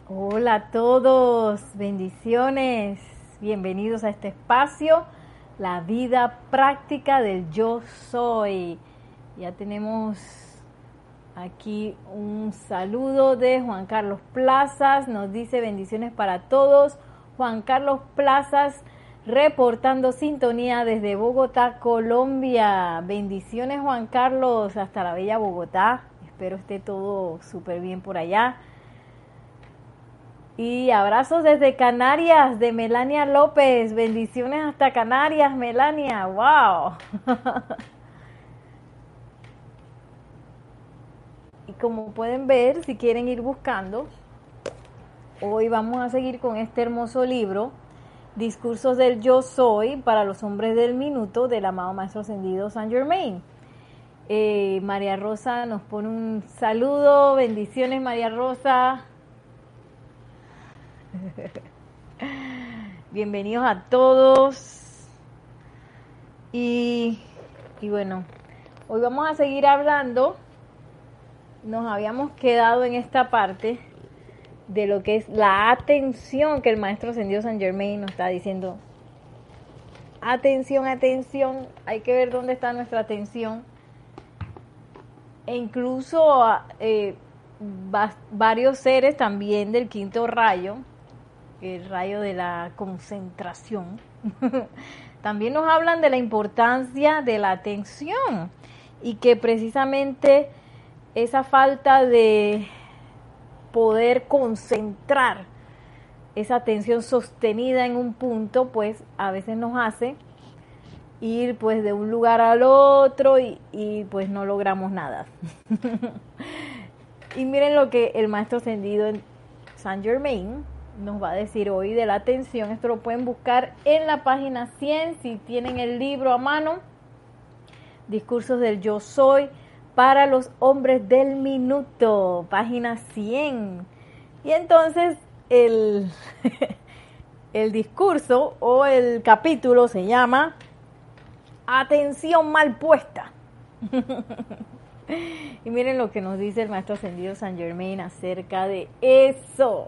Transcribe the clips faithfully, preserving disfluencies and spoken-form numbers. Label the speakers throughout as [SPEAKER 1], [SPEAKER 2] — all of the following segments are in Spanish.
[SPEAKER 1] Hola a todos, bendiciones, bienvenidos a este espacio, la vida práctica del yo soy. Ya tenemos aquí un saludo de Juan Carlos Plazas, nos dice bendiciones para todos. Juan Carlos Plazas reportando sintonía desde Bogotá, Colombia. Bendiciones Juan Carlos, hasta la bella Bogotá, espero esté todo súper bien por allá. Y abrazos desde Canarias, de Melania López. Bendiciones hasta Canarias, Melania. ¡Wow! Y como pueden ver, si quieren ir buscando, hoy vamos a seguir con este hermoso libro, Discursos del Yo Soy para los Hombres del Minuto, del amado Maestro Ascendido Saint Germain. Eh, María Rosa nos pone un saludo. Bendiciones, María Rosa. Bienvenidos a todos. Y, y bueno, hoy vamos a seguir hablando. Nos habíamos quedado en esta parte de lo que es la atención que el Maestro Ascendido Saint Germain nos está diciendo. Atención, atención, hay que ver dónde está nuestra atención. E incluso eh, va, varios seres también del quinto rayo, el rayo de la concentración, también nos hablan de la importancia de la atención y que precisamente esa falta de poder concentrar esa atención sostenida en un punto, pues a veces nos hace ir pues de un lugar al otro y, y pues no logramos nada. Y miren lo que el Maestro Ascendido Saint Germain nos va a decir hoy de la atención. Esto lo pueden buscar en la página cien si tienen el libro a mano, Discursos del Yo Soy para los Hombres del Minuto, página cien. Y entonces el, el discurso o el capítulo se llama Atención mal puesta. Y miren lo que nos dice el Maestro Ascendido Saint Germain acerca de eso.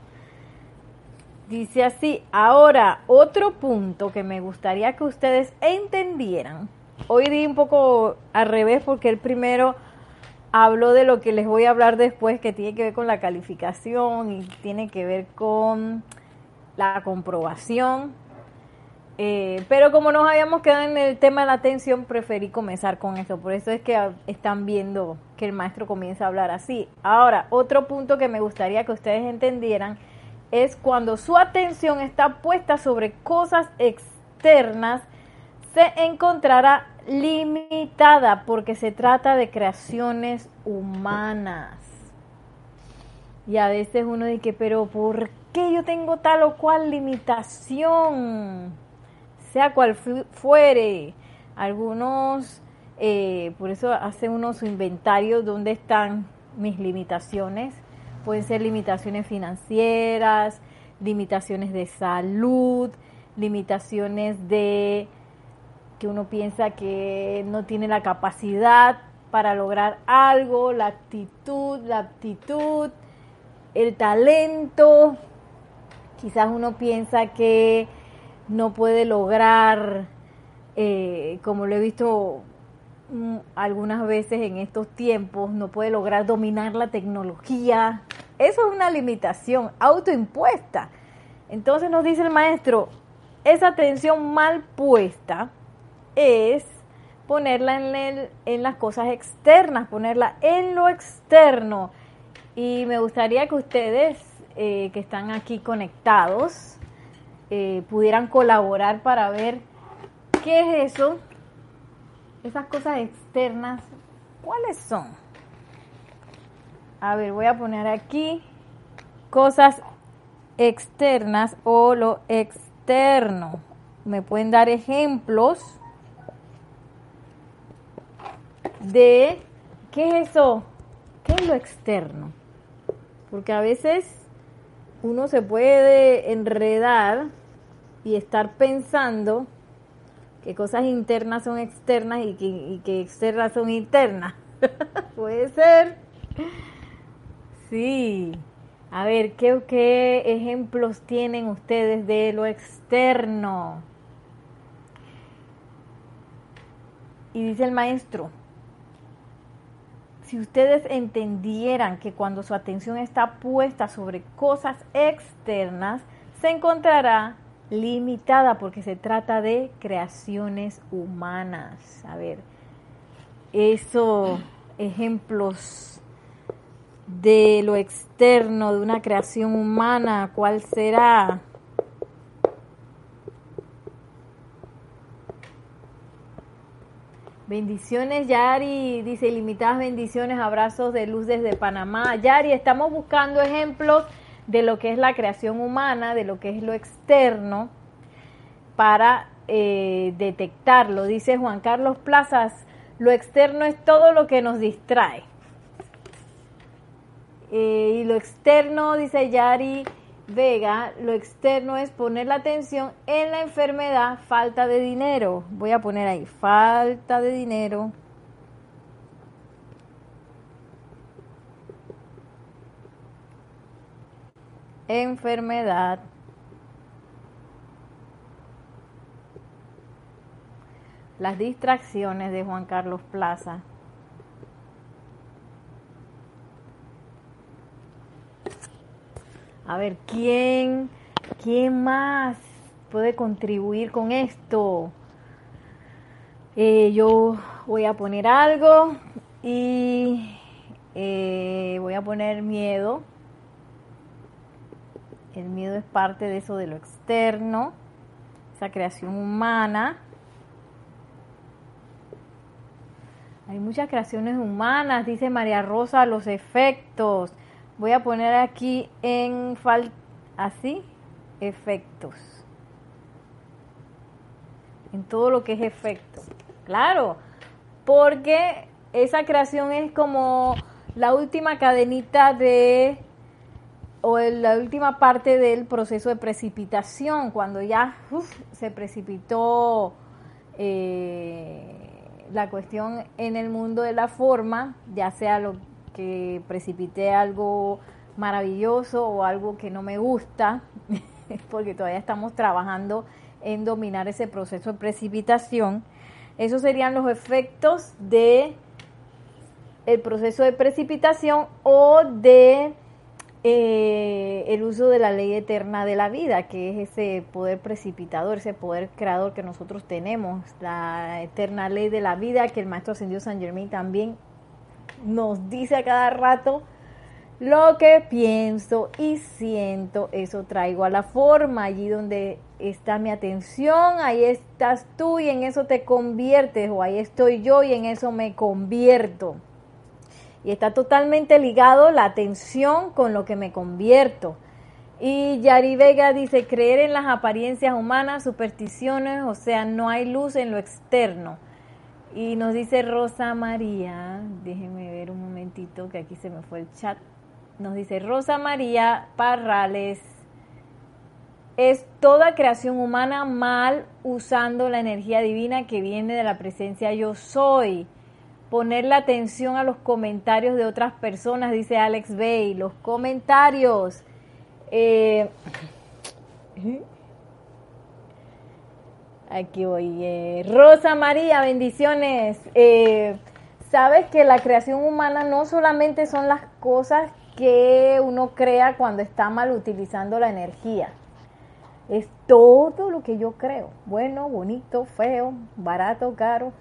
[SPEAKER 1] Dice así: ahora, otro punto que me gustaría que ustedes entendieran. Hoy di un poco al revés porque el primero habló de lo que les voy a hablar después, que tiene que ver con la calificación y tiene que ver con la comprobación. Eh, pero como nos habíamos quedado en el tema de la atención, preferí comenzar con eso. Por eso es que están viendo que el maestro comienza a hablar así. Ahora, otro punto que me gustaría que ustedes entendieran es cuando su atención está puesta sobre cosas externas, se encontrará limitada porque se trata de creaciones humanas. Y a veces uno dice, pero ¿por qué yo tengo tal o cual limitación? Sea cual fuere. Algunos, eh, por eso hace uno su inventario, ¿dónde están mis limitaciones? Pueden ser limitaciones financieras, limitaciones de salud, limitaciones de que uno piensa que no tiene la capacidad para lograr algo, la actitud, la aptitud, el talento. Quizás uno piensa que no puede lograr, eh, como lo he visto mm, algunas veces en estos tiempos, no puede lograr dominar la tecnología. Eso es una limitación autoimpuesta. Entonces nos dice el maestro, esa atención mal puesta es ponerla en, el, en las cosas externas, ponerla en lo externo. Y me gustaría que ustedes eh, que están aquí conectados eh, pudieran colaborar para ver qué es eso, esas cosas externas, ¿cuáles son? A ver, voy a poner aquí cosas externas o lo externo. Me pueden dar ejemplos de qué es eso, qué es lo externo. Porque a veces uno se puede enredar y estar pensando que cosas internas son externas y que, y que externas son internas. Puede ser. Sí. A ver, ¿qué, qué ejemplos tienen ustedes de lo externo? Y dice el maestro, si ustedes entendieran que cuando su atención está puesta sobre cosas externas, se encontrará limitada porque se trata de creaciones humanas. A ver, esos ejemplos de lo externo, de una creación humana, ¿cuál será? Bendiciones, Yari, dice ilimitadas bendiciones, abrazos de luz desde Panamá. Yari, estamos buscando ejemplos de lo que es la creación humana, de lo que es lo externo, para eh, detectarlo. Dice Juan Carlos Plazas, lo externo es todo lo que nos distrae. Eh, y lo externo, dice Yari Vega, lo externo es poner la atención en la enfermedad, falta de dinero. Voy a poner ahí, falta de dinero. Enfermedad. Las distracciones de Juan Carlos Plaza. A ver, ¿quién, quién más puede contribuir con esto? Eh, yo voy a poner algo y eh, voy a poner miedo. El miedo es parte de eso de lo externo, esa creación humana. Hay muchas creaciones humanas, dice María Rosa, los efectos. Voy a poner aquí en fal así, efectos. En todo lo que es efecto. Claro, porque esa creación es como la última cadenita de, o la última parte del proceso de precipitación, cuando ya uf, se precipitó eh, la cuestión en el mundo de la forma, ya sea lo que precipité algo maravilloso o algo que no me gusta, porque todavía estamos trabajando en dominar ese proceso de precipitación. Esos serían los efectos de el proceso de precipitación o de eh, el uso de la ley eterna de la vida, que es ese poder precipitador, ese poder creador que nosotros tenemos, la eterna ley de la vida, que el maestro ascendido Saint Germain también nos dice a cada rato: lo que pienso y siento, eso traigo a la forma. Allí donde está mi atención, ahí estás tú y en eso te conviertes, o ahí estoy yo y en eso me convierto. Y está totalmente ligado la atención con lo que me convierto. Y Yari Vega dice, creer en las apariencias humanas, supersticiones, o sea, no hay luz en lo externo. Y nos dice Rosa María, déjenme ver un momentito que aquí se me fue el chat. Nos dice Rosa María Parrales, es toda creación humana mal usando la energía divina que viene de la presencia yo soy. Poner la atención a los comentarios de otras personas, dice Alex Bay. Los comentarios. Eh, aquí voy. Eh, Rosa María, bendiciones. Eh, Sabes que la creación humana no solamente son las cosas que uno crea cuando está mal utilizando la energía. Es todo lo que yo creo. Bueno, bonito, feo, barato, caro.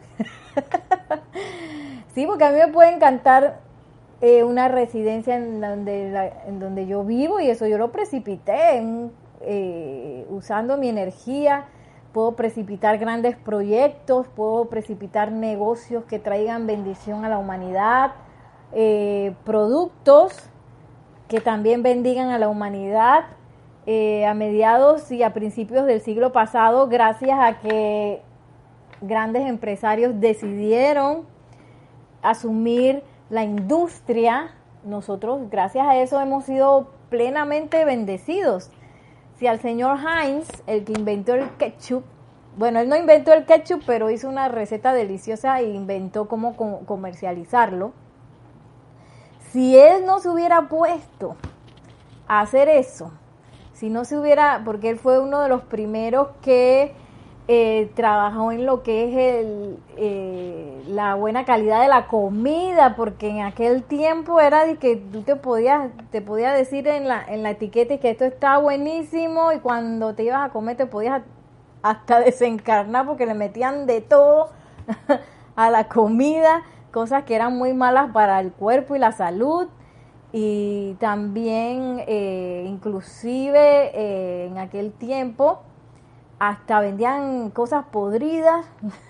[SPEAKER 1] Sí, porque a mí me puede encantar eh, una residencia en donde, la, en donde yo vivo y eso yo lo precipité en, eh, usando mi energía. Puedo precipitar grandes proyectos, puedo precipitar negocios que traigan bendición a la humanidad, eh, productos que también bendigan a la humanidad. Eh, a mediados y a principios del siglo pasado, gracias a que grandes empresarios decidieron asumir la industria, nosotros gracias a eso hemos sido plenamente bendecidos. Si al señor Heinz, el que inventó el ketchup, bueno, él no inventó el ketchup, pero hizo una receta deliciosa e inventó cómo comercializarlo. Si él no se hubiera puesto hacer eso, si no se hubiera, porque él fue uno de los primeros que eh, trabajó en lo que es el, eh, la buena calidad de la comida, porque en aquel tiempo era de que tú te podías, te podías decir en la, en la etiqueta que esto está buenísimo, y cuando te ibas a comer te podías hasta desencarnar porque le metían de todo a la comida, cosas que eran muy malas para el cuerpo y la salud. Y también eh, inclusive eh, en aquel tiempo hasta vendían cosas podridas.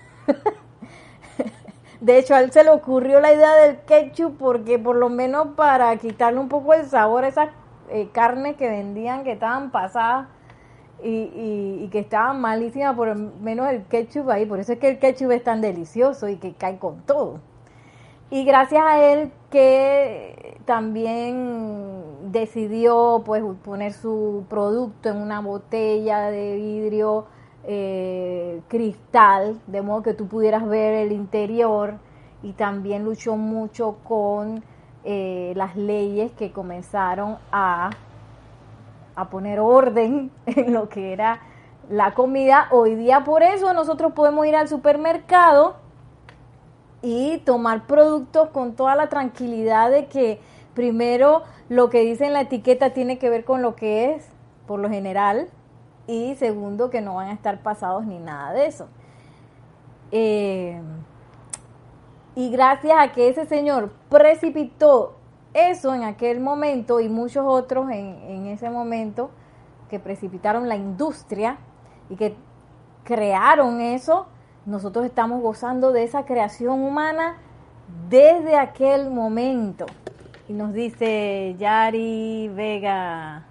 [SPEAKER 1] De hecho, a él se le ocurrió la idea del ketchup porque por lo menos para quitarle un poco el sabor a esas eh, carnes que vendían que estaban pasadas y, y, y que estaban malísimas, por lo menos el ketchup ahí. Por eso es que el ketchup es tan delicioso y que cae con todo. Y gracias a él que también decidió pues poner su producto en una botella de vidrio eh, cristal, de modo que tú pudieras ver el interior, y también luchó mucho con eh, las leyes que comenzaron a, a poner orden en lo que era la comida. Hoy día por eso nosotros podemos ir al supermercado y tomar productos con toda la tranquilidad de que primero lo que dice en la etiqueta tiene que ver con lo que es por lo general, y segundo que no van a estar pasados ni nada de eso. Eh, y gracias a que ese señor precipitó eso en aquel momento y muchos otros en, en ese momento que precipitaron la industria y que crearon eso, nosotros estamos gozando de esa creación humana desde aquel momento. Y nos dice Yari Vega,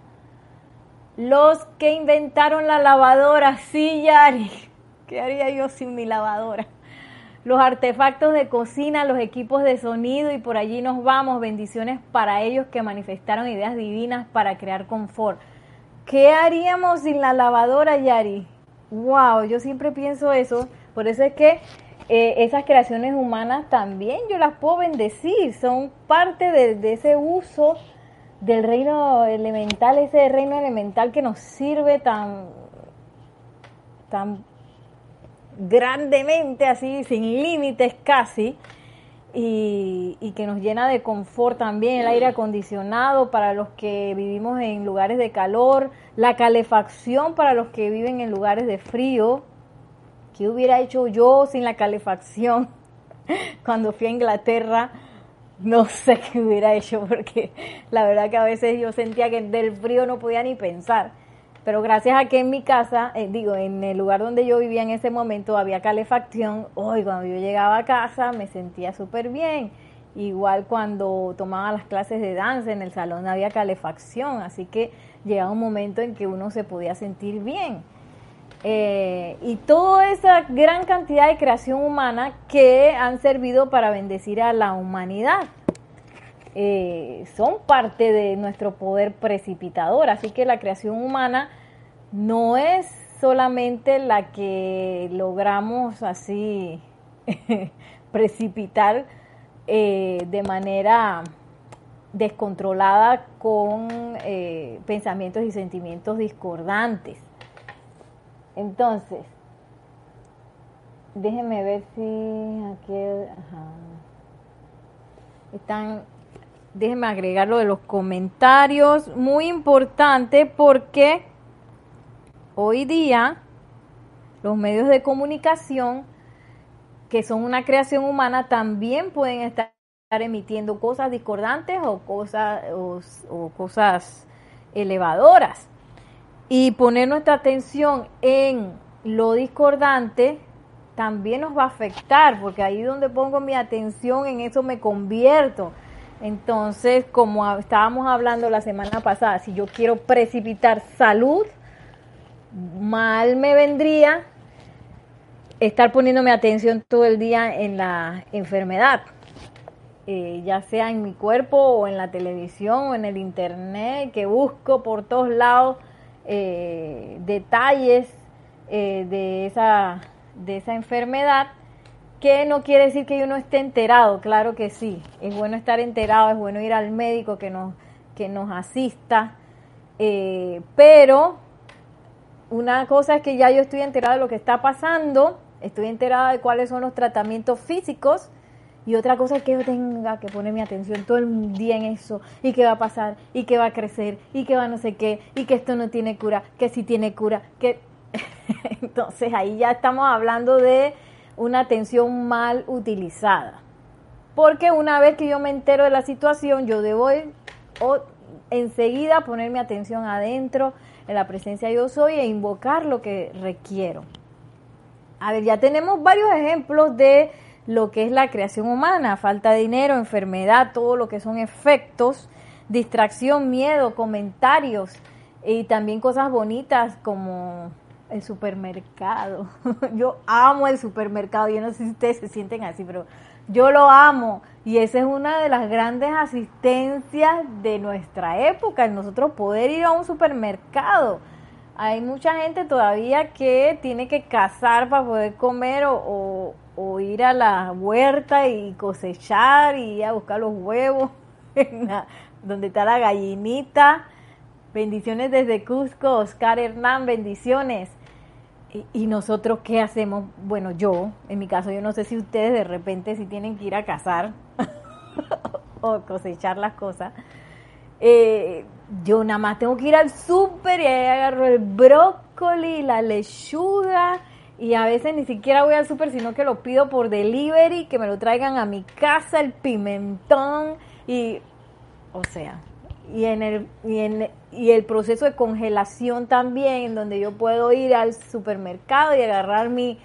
[SPEAKER 1] los que inventaron la lavadora. Sí, Yari, ¿qué haría yo sin mi lavadora? Los artefactos de cocina, los equipos de sonido, y por allí nos vamos. Bendiciones para ellos que manifestaron ideas divinas para crear confort. ¿Qué haríamos sin la lavadora, Yari? Wow, yo siempre pienso eso. Por eso es que eh, esas creaciones humanas también yo las puedo bendecir. Son parte de, de ese uso del reino elemental, ese reino elemental que nos sirve tan, tan grandemente, así, sin límites casi, y, y que nos llena de confort también. El aire acondicionado para los que vivimos en lugares de calor, la calefacción para los que viven en lugares de frío. ¿Qué hubiera hecho yo sin la calefacción cuando fui a Inglaterra? No sé qué hubiera hecho, porque la verdad que a veces yo sentía que del frío no podía ni pensar. Pero gracias a que en mi casa, eh, digo, en el lugar donde yo vivía en ese momento había calefacción, hoy cuando yo llegaba a casa me sentía súper bien. Igual cuando tomaba las clases de danza en el salón había calefacción, así que llegaba un momento en que uno se podía sentir bien. Eh, y toda esa gran cantidad de creación humana que han servido para bendecir a la humanidad. Eh, son parte de nuestro poder precipitador, así que la creación humana no es solamente la que logramos así precipitar eh, de manera descontrolada con eh, pensamientos y sentimientos discordantes. Entonces, déjenme ver si aquí ajá, están. Déjenme agregar lo de los comentarios, muy importante porque hoy día los medios de comunicación, que son una creación humana, también pueden estar emitiendo cosas discordantes o cosas, o, o cosas elevadoras. Y poner nuestra atención en lo discordante también nos va a afectar, porque ahí donde pongo mi atención, en eso me convierto. Entonces, como estábamos hablando la semana pasada, si yo quiero precipitar salud, mal me vendría estar poniéndome atención todo el día en la enfermedad, eh, ya sea en mi cuerpo o en la televisión o en el internet, que busco por todos lados eh, detalles eh, de esa, de esa enfermedad. Que no quiere decir que yo no esté enterado, claro que sí, es bueno estar enterado, es bueno ir al médico, que nos que nos asista, eh, pero una cosa es que ya yo estoy enterada de lo que está pasando, estoy enterada de cuáles son los tratamientos físicos, y otra cosa es que yo tenga que poner mi atención todo el día en eso, y qué va a pasar, y qué va a crecer, y qué va a no sé qué, y que esto no tiene cura, que sí tiene cura, que... Entonces ahí ya estamos hablando de una atención mal utilizada. Porque una vez que yo me entero de la situación, yo debo o, enseguida poner mi atención adentro, en la presencia yo soy, e invocar lo que requiero. A ver, ya tenemos varios ejemplos de lo que es la creación humana: falta de dinero, enfermedad, todo lo que son efectos, distracción, miedo, comentarios, y también cosas bonitas como el supermercado. Yo amo el supermercado, yo no sé si ustedes se sienten así, pero yo lo amo, y esa es una de las grandes asistencias de nuestra época, el nosotros poder ir a un supermercado. Hay mucha gente todavía que tiene que cazar para poder comer, o, o, o ir a la huerta y cosechar y ir a buscar los huevos donde está la gallinita. Bendiciones desde Cusco, Oscar Hernán, bendiciones. Y, y nosotros, ¿qué hacemos? Bueno, yo, en mi caso, yo no sé si ustedes de repente si tienen que ir a cazar o cosechar las cosas. Eh, yo nada más tengo que ir al súper y ahí agarro el brócoli, la lechuga, y a veces ni siquiera voy al súper, sino que lo pido por delivery, que me lo traigan a mi casa, el pimentón, y, o sea... Y en el y en y el proceso de congelación también, en donde yo puedo ir al supermercado y agarrar mi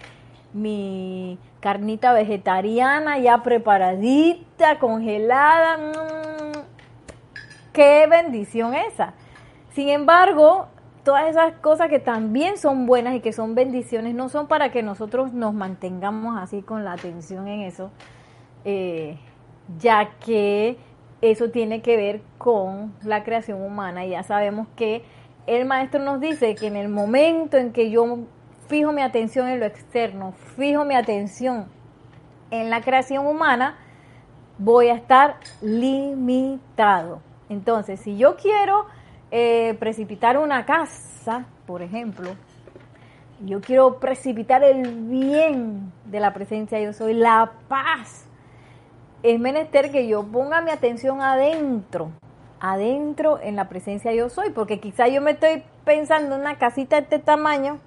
[SPEAKER 1] mi carnita vegetariana ya preparadita, congelada. ¡Mmm! ¡Qué bendición esa! Sin embargo, todas esas cosas que también son buenas y que son bendiciones, no son para que nosotros nos mantengamos así con la atención en eso, eh, ya que eso tiene que ver con la creación humana, y ya sabemos que el maestro nos dice que en el momento en que yo fijo mi atención en lo externo, fijo mi atención en la creación humana, voy a estar limitado. Entonces, si yo quiero eh, precipitar una casa, por ejemplo, yo quiero precipitar el bien de la presencia yo soy, la paz, es menester que yo ponga mi atención adentro, adentro en la presencia yo soy, porque quizá yo me estoy pensando en una casita de este tamaño,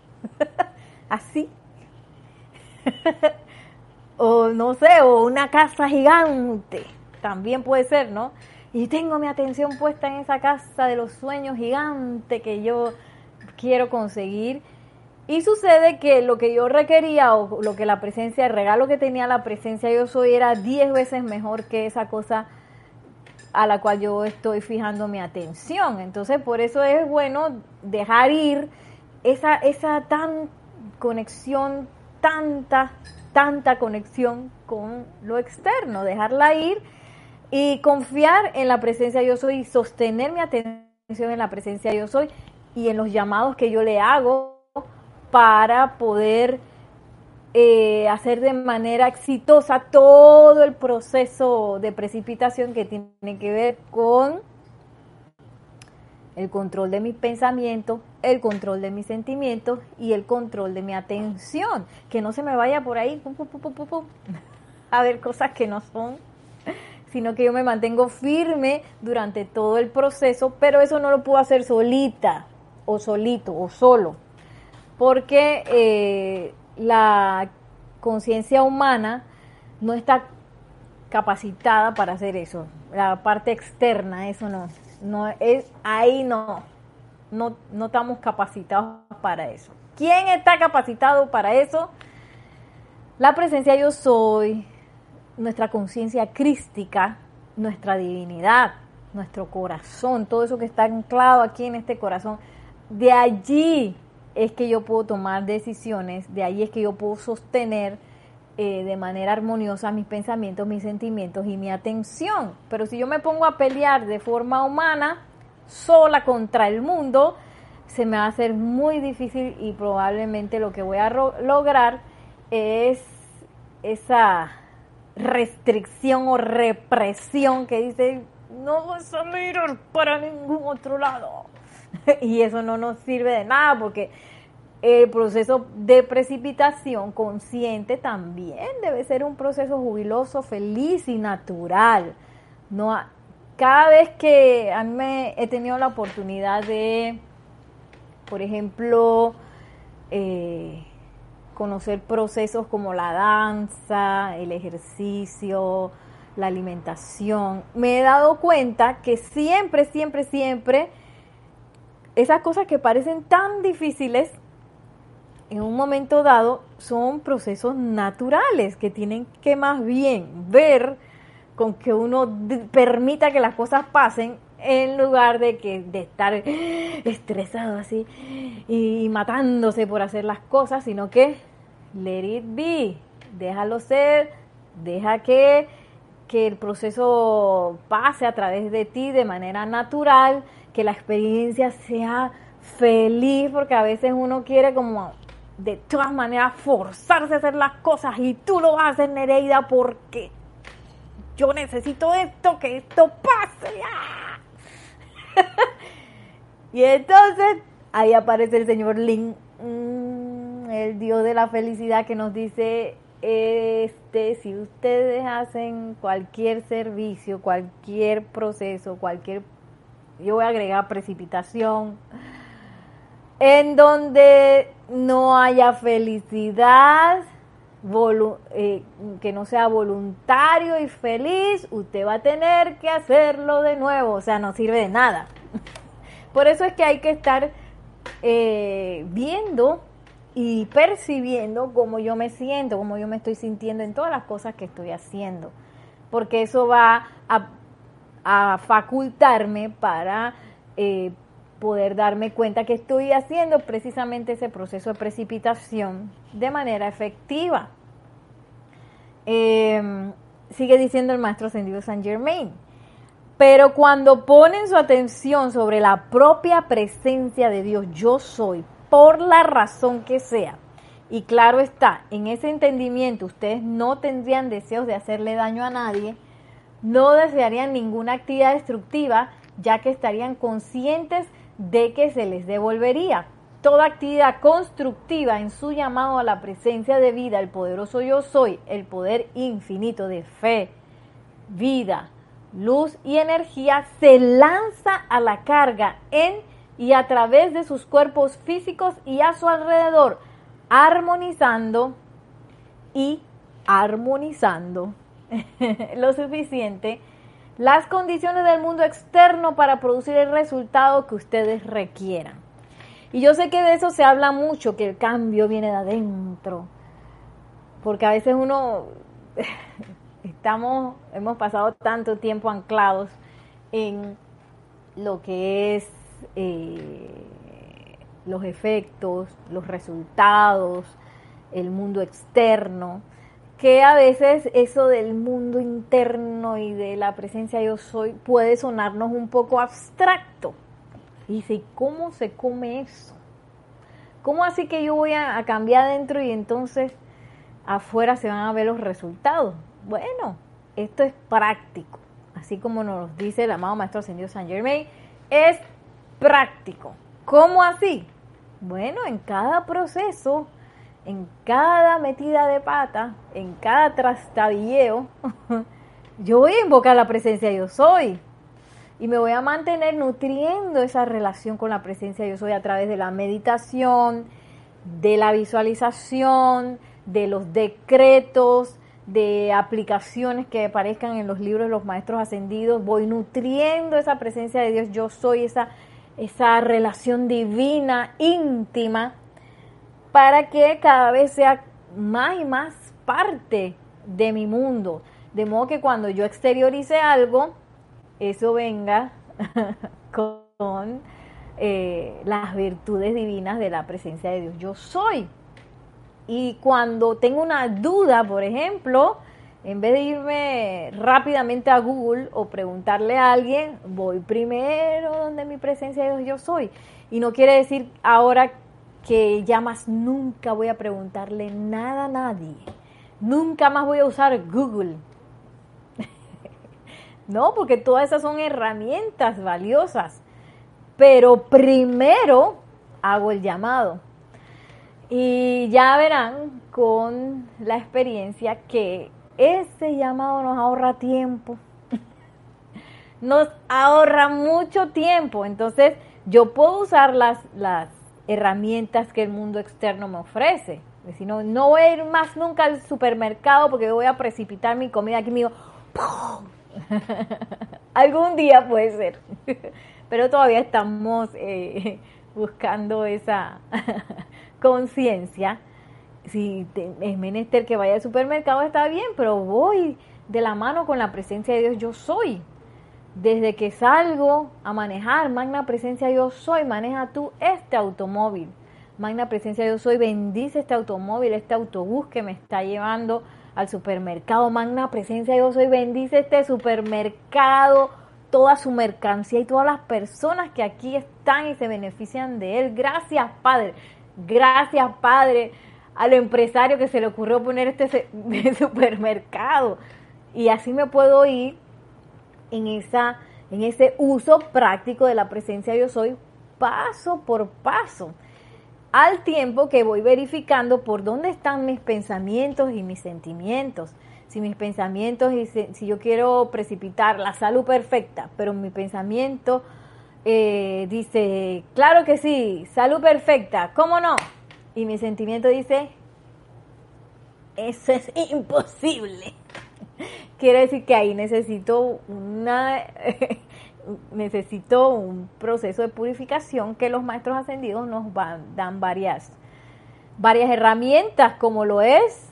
[SPEAKER 1] así, o no sé, o una casa gigante, también puede ser, ¿no? Y tengo mi atención puesta en esa casa de los sueños gigante que yo quiero conseguir. Y sucede que lo que yo requería, o lo que la presencia, el regalo que tenía la presencia yo soy, era diez veces mejor que esa cosa a la cual yo estoy fijando mi atención. Entonces, por eso es bueno dejar ir esa, esa tan conexión, tanta, tanta conexión con lo externo, dejarla ir y confiar en la presencia yo soy, y sostener mi atención en la presencia yo soy y en los llamados que yo le hago para poder eh, hacer de manera exitosa todo el proceso de precipitación que tiene que ver con el control de mis pensamientos, el control de mis sentimientos y el control de mi atención. Que no se me vaya por ahí pum, pum, pum, pum, pum, a ver cosas que no son, sino que yo me mantengo firme durante todo el proceso, pero eso no lo puedo hacer solita o solito o solo, porque eh, la conciencia humana no está capacitada para hacer eso. La parte externa, eso no, no es, ahí no, no, no estamos capacitados para eso. ¿Quién está capacitado para eso? La presencia yo soy, nuestra conciencia crística, nuestra divinidad, nuestro corazón, todo eso que está anclado aquí en este corazón. De allí es que yo puedo tomar decisiones, de ahí es que yo puedo sostener eh, de manera armoniosa mis pensamientos, mis sentimientos y mi atención. Pero si yo me pongo a pelear de forma humana, sola contra el mundo, se me va a hacer muy difícil, y probablemente lo que voy a ro- lograr es esa restricción o represión que dice no vas a mirar para ningún otro lado. Y eso no nos sirve de nada porque el proceso de precipitación consciente también debe ser un proceso jubiloso, feliz y natural. No, cada vez que a mí me he tenido la oportunidad de, por ejemplo, eh, conocer procesos como la danza, el ejercicio, la alimentación, me he dado cuenta que siempre, siempre, siempre esas cosas que parecen tan difíciles en un momento dado son procesos naturales que tienen que más bien ver con que uno d- permita que las cosas pasen en lugar de que de estar estresado así y matándose por hacer las cosas, sino que let it be, déjalo ser, deja que, que el proceso pase a través de ti de manera natural, que la experiencia sea feliz, porque a veces uno quiere como de todas maneras forzarse a hacer las cosas y tú lo vas a hacer, Nereida, porque yo necesito esto, que esto pase. ¡Ah! Y entonces ahí aparece el señor Lin, mmm, el dios de la felicidad, que nos dice, este, si ustedes hacen cualquier servicio, cualquier proceso, cualquier, yo voy a agregar precipitación, en donde no haya felicidad, volu- eh, que no sea voluntario y feliz, usted va a tener que hacerlo de nuevo, o sea, no sirve de nada. Por eso es que hay que estar eh, viendo y percibiendo cómo yo me siento, cómo yo me estoy sintiendo en todas las cosas que estoy haciendo, porque eso va a, a facultarme para eh, poder darme cuenta que estoy haciendo precisamente ese proceso de precipitación de manera efectiva. Eh, sigue diciendo el maestro ascendido Saint Germain. Pero cuando ponen su atención sobre la propia presencia de Dios, yo soy, por la razón que sea, y claro está, en ese entendimiento ustedes no tendrían deseos de hacerle daño a nadie, no desearían ninguna actividad destructiva, ya que estarían conscientes de que se les devolvería. Toda actividad constructiva en su llamado a la presencia de vida, el poderoso yo soy, el poder infinito de fe, vida, luz y energía, se lanza a la carga en y a través de sus cuerpos físicos y a su alrededor, armonizando y armonizando lo suficiente las condiciones del mundo externo para producir el resultado que ustedes requieran. Y yo sé que de eso se habla mucho, que el cambio viene de adentro, porque a veces uno estamos, hemos pasado tanto tiempo anclados en lo que es eh, los efectos, los resultados, el mundo externo, que a veces eso del mundo interno y de la presencia yo soy puede sonarnos un poco abstracto. Y dice, ¿cómo se come eso? ¿Cómo así que yo voy a, a cambiar adentro y entonces afuera se van a ver los resultados? Bueno, esto es práctico, así como nos dice el amado Maestro Ascendido Saint Germain, es práctico. ¿Cómo así? Bueno, en cada proceso, en cada metida de pata, en cada trastabilleo, yo voy a invocar la presencia yo soy y me voy a mantener nutriendo esa relación con la presencia yo soy a través de la meditación, de la visualización, de los decretos, de aplicaciones que aparezcan en los libros de los maestros ascendidos. Voy nutriendo esa presencia de Dios yo soy, esa, esa relación divina, íntima, para que cada vez sea más y más parte de mi mundo. De modo que cuando yo exteriorice algo, eso venga con eh, las virtudes divinas de la presencia de Dios yo soy. Y cuando tengo una duda, por ejemplo, en vez de irme rápidamente a Google o preguntarle a alguien, voy primero donde mi presencia de Dios yo soy. Y no quiere decir ahora que ya más nunca voy a preguntarle nada a nadie. Nunca más voy a usar Google. No, porque todas esas son herramientas valiosas. Pero primero hago el llamado. Y ya verán con la experiencia que ese llamado nos ahorra tiempo. Nos ahorra mucho tiempo. Entonces, yo puedo usar las, las herramientas que el mundo externo me ofrece. Si no, no voy a ir más nunca al supermercado porque voy a precipitar mi comida aquí mío. Algún día puede ser. Pero todavía estamos eh, buscando esa conciencia. Si te, es menester que vaya al supermercado está bien, pero voy de la mano con la presencia de Dios, yo soy. Desde que salgo a manejar, magna presencia yo soy, maneja tú este automóvil. Magna presencia yo soy, bendice este automóvil, este autobús que me está llevando al supermercado. Magna presencia yo soy, bendice este supermercado, toda su mercancía y todas las personas que aquí están y se benefician de él. Gracias, Padre. Gracias, Padre, al empresario que se le ocurrió poner este supermercado. Y así me puedo ir en esa, en ese uso práctico de la presencia yo soy, paso por paso, al tiempo que voy verificando por dónde están mis pensamientos y mis sentimientos. Si mis pensamientos, y si, si yo quiero precipitar la salud perfecta, pero mi pensamiento eh, dice, claro que sí, salud perfecta, ¿cómo no? Y mi sentimiento dice, eso es imposible. Quiere decir que ahí necesito una necesito un proceso de purificación que los maestros ascendidos nos van, dan varias, varias herramientas, como lo es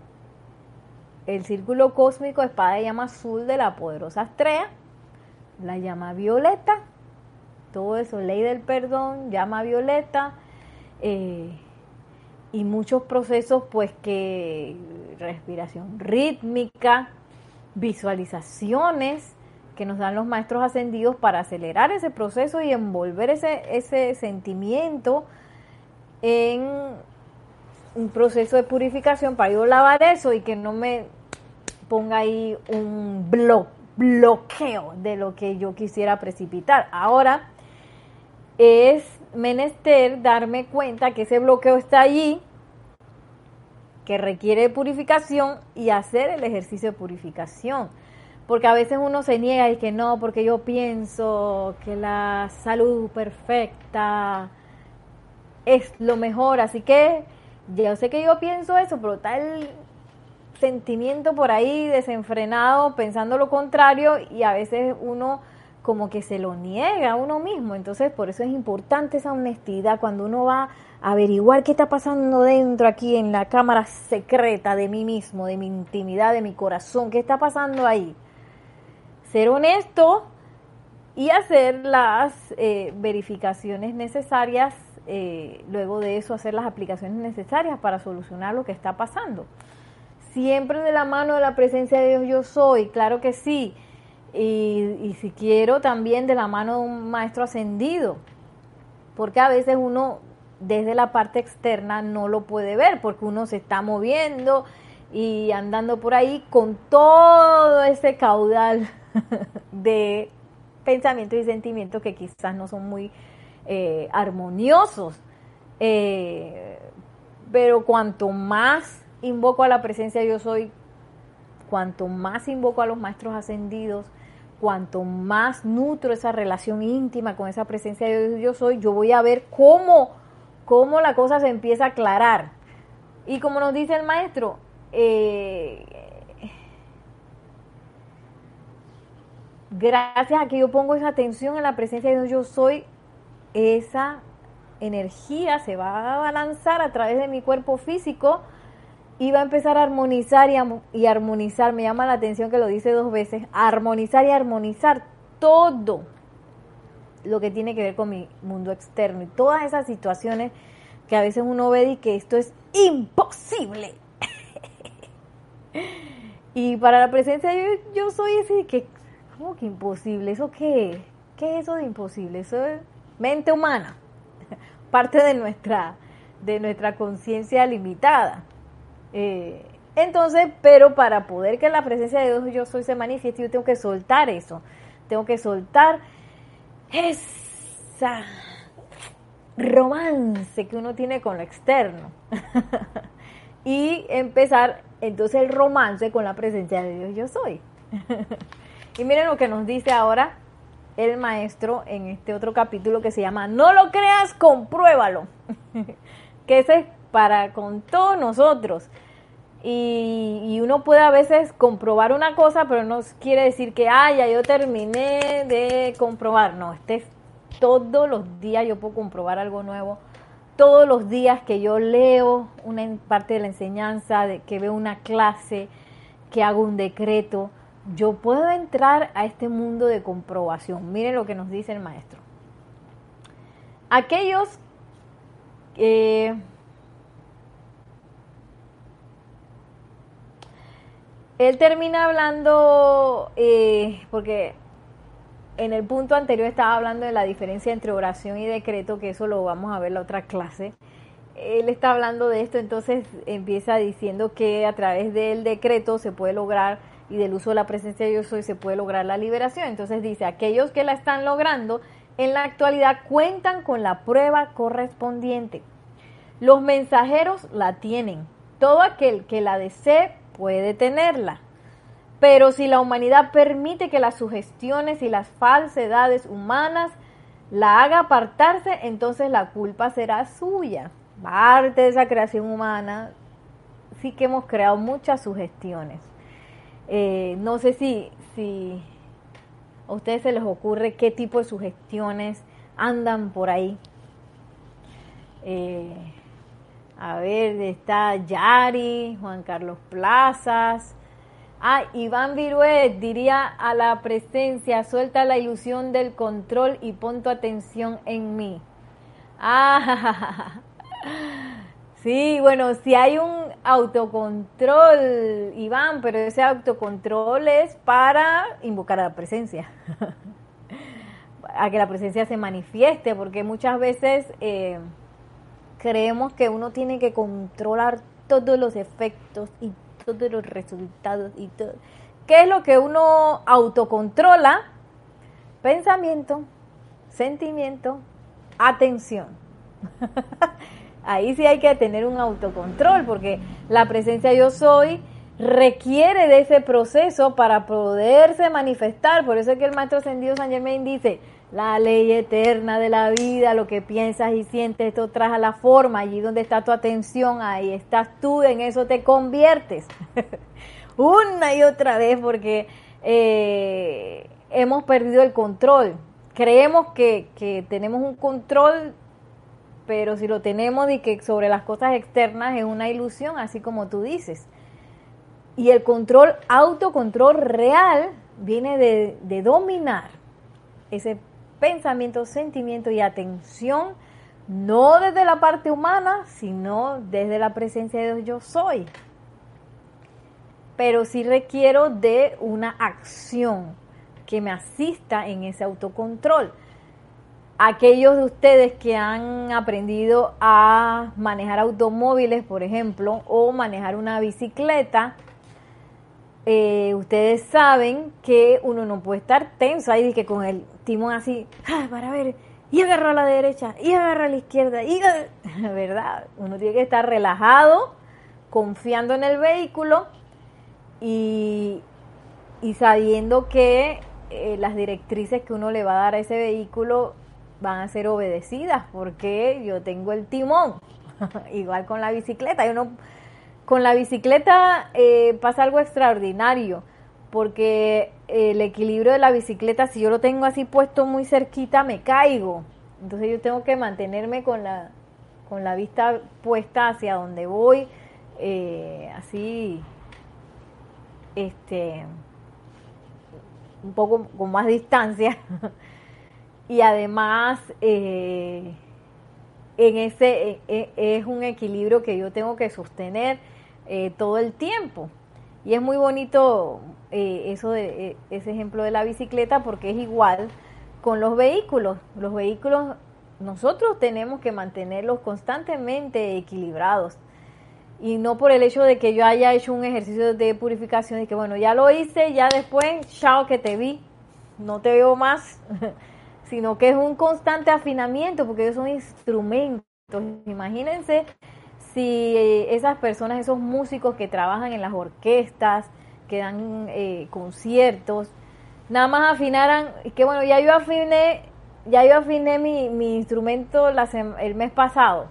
[SPEAKER 1] el círculo cósmico espada de llama azul de la poderosa Astrea, la llama violeta, todo eso, ley del perdón, llama violeta, eh, y muchos procesos pues que respiración rítmica, visualizaciones que nos dan los maestros ascendidos para acelerar ese proceso y envolver ese, ese sentimiento en un proceso de purificación para yo lavar eso y que no me ponga ahí un blo- bloqueo de lo que yo quisiera precipitar. Ahora es menester darme cuenta que ese bloqueo está allí, que requiere purificación y hacer el ejercicio de purificación. Porque a veces uno se niega y que no, porque yo pienso que la salud perfecta es lo mejor, así que yo sé que yo pienso eso, pero está el sentimiento por ahí desenfrenado pensando lo contrario y a veces uno como que se lo niega a uno mismo. Entonces por eso es importante esa honestidad cuando uno va a averiguar qué está pasando dentro aquí en la cámara secreta de mí mismo, de mi intimidad, de mi corazón, qué está pasando ahí. Ser honesto y hacer las eh, verificaciones necesarias, eh, luego de eso hacer las aplicaciones necesarias para solucionar lo que está pasando. Siempre de la mano de la presencia de Dios yo soy, claro que sí, y, y si quiero también de la mano de un maestro ascendido, porque a veces uno desde la parte externa no lo puede ver, porque uno se está moviendo y andando por ahí con todo ese caudal de pensamientos y sentimientos que quizás no son muy eh, armoniosos, eh, pero cuanto más invoco a la presencia yo soy, cuanto más invoco a los maestros ascendidos, cuanto más nutro esa relación íntima con esa presencia de Dios yo soy, yo voy a ver cómo, cómo la cosa se empieza a aclarar. Y como nos dice el maestro, eh, gracias a que yo pongo esa atención en la presencia de Dios yo soy, esa energía se va a balanzar a través de mi cuerpo físico y va a empezar a armonizar y, a, y armonizar. Me llama la atención que lo dice dos veces, armonizar y armonizar todo lo que tiene que ver con mi mundo externo y todas esas situaciones que a veces uno ve y que esto es imposible. Y para la presencia yo, yo soy ese que, ¿cómo que imposible? ¿Eso qué? ¿Qué es eso de imposible? Eso es mente humana, parte de nuestra, de nuestra conciencia limitada. Eh, Entonces, pero para poder que la presencia de Dios yo soy se manifieste, yo tengo que soltar eso. Tengo que soltar esa romance que uno tiene con lo externo. Y empezar entonces el romance con la presencia de Dios yo soy. Y miren lo que nos dice ahora el maestro en este otro capítulo que se llama No lo creas, compruébalo. Que ese es para con todos nosotros. Y, y uno puede a veces comprobar una cosa, pero no quiere decir que, ah, ya yo terminé de comprobar. No, este es todos los días yo puedo comprobar algo nuevo. Todos los días que yo leo una parte de la enseñanza, de que veo una clase, que hago un decreto, yo puedo entrar a este mundo de comprobación. Miren lo que nos dice el maestro. Aquellos que... Eh, él termina hablando, eh, porque en el punto anterior estaba hablando de la diferencia entre oración y decreto, que eso lo vamos a ver en la otra clase. Él está hablando de esto, entonces empieza diciendo que a través del decreto se puede lograr, y del uso de la presencia de yo soy, se puede lograr la liberación. Entonces dice, aquellos que la están logrando en la actualidad cuentan con la prueba correspondiente. Los mensajeros la tienen. Todo aquel que la desee puede tenerla. Pero si la humanidad permite que las sugestiones y las falsedades humanas la haga apartarse, entonces la culpa será suya. Parte de esa creación humana, sí que hemos creado muchas sugestiones. Eh, no sé si, si a ustedes se les ocurre qué tipo de sugestiones andan por ahí. Eh, a ver, está Yari, Juan Carlos Plazas. Ah, Iván Viruet diría a la presencia, suelta la ilusión del control y pon tu atención en mí. Ah, sí, bueno, si hay un autocontrol, Iván, pero ese autocontrol es para invocar a la presencia, a que la presencia se manifieste, porque muchas veces eh, creemos que uno tiene que controlar todos los efectos y todos los resultados y todo. ¿Qué es lo que uno autocontrola? Pensamiento, sentimiento, atención. Ahí sí hay que tener un autocontrol, porque la presencia yo soy requiere de ese proceso para poderse manifestar. Por eso es que el maestro ascendido Saint Germain dice, la ley eterna de la vida, lo que piensas y sientes, esto trae a la forma. Allí donde está tu atención, ahí estás tú, en eso te conviertes. Una y otra vez, porque eh, hemos perdido el control. Creemos que, que tenemos un control, pero si lo tenemos y que sobre las cosas externas es una ilusión, así como tú dices. Y el control, autocontrol real, viene de, de dominar ese pensamiento, sentimiento y atención, no desde la parte humana, sino desde la presencia de Dios yo soy. Pero sí requiero de una acción que me asista en ese autocontrol. Aquellos de ustedes que han aprendido a manejar automóviles, por ejemplo, o manejar una bicicleta, eh, ustedes saben que uno no puede estar tenso ahí, que con el timón así, ah, para ver, y agarra a la derecha, y agarra a la izquierda, y ¿verdad? Uno tiene que estar relajado, confiando en el vehículo y, y sabiendo que eh, las directrices que uno le va a dar a ese vehículo van a ser obedecidas, porque yo tengo el timón. Igual con la bicicleta, uno con la bicicleta eh, pasa algo extraordinario, porque el equilibrio de la bicicleta, si yo lo tengo así puesto muy cerquita, me caigo. Entonces yo tengo que mantenerme con la con la vista puesta hacia donde voy, eh, así, este, un poco con más distancia. Y además eh, en ese eh, es un equilibrio que yo tengo que sostener eh, todo el tiempo. Y es muy bonito eh, eso de eh, ese ejemplo de la bicicleta, porque es igual con los vehículos. Los vehículos nosotros tenemos que mantenerlos constantemente equilibrados. y no por el hecho de que yo haya hecho un ejercicio de purificación y que bueno, ya lo hice, ya después, chao que te vi, no te veo más, sino que es un constante afinamiento porque ellos son instrumentos. Imagínense si esas personas, esos músicos que trabajan en las orquestas, que dan eh, conciertos, nada más afinaran, que bueno, ya yo afiné, ya yo afiné mi, mi instrumento la el mes pasado.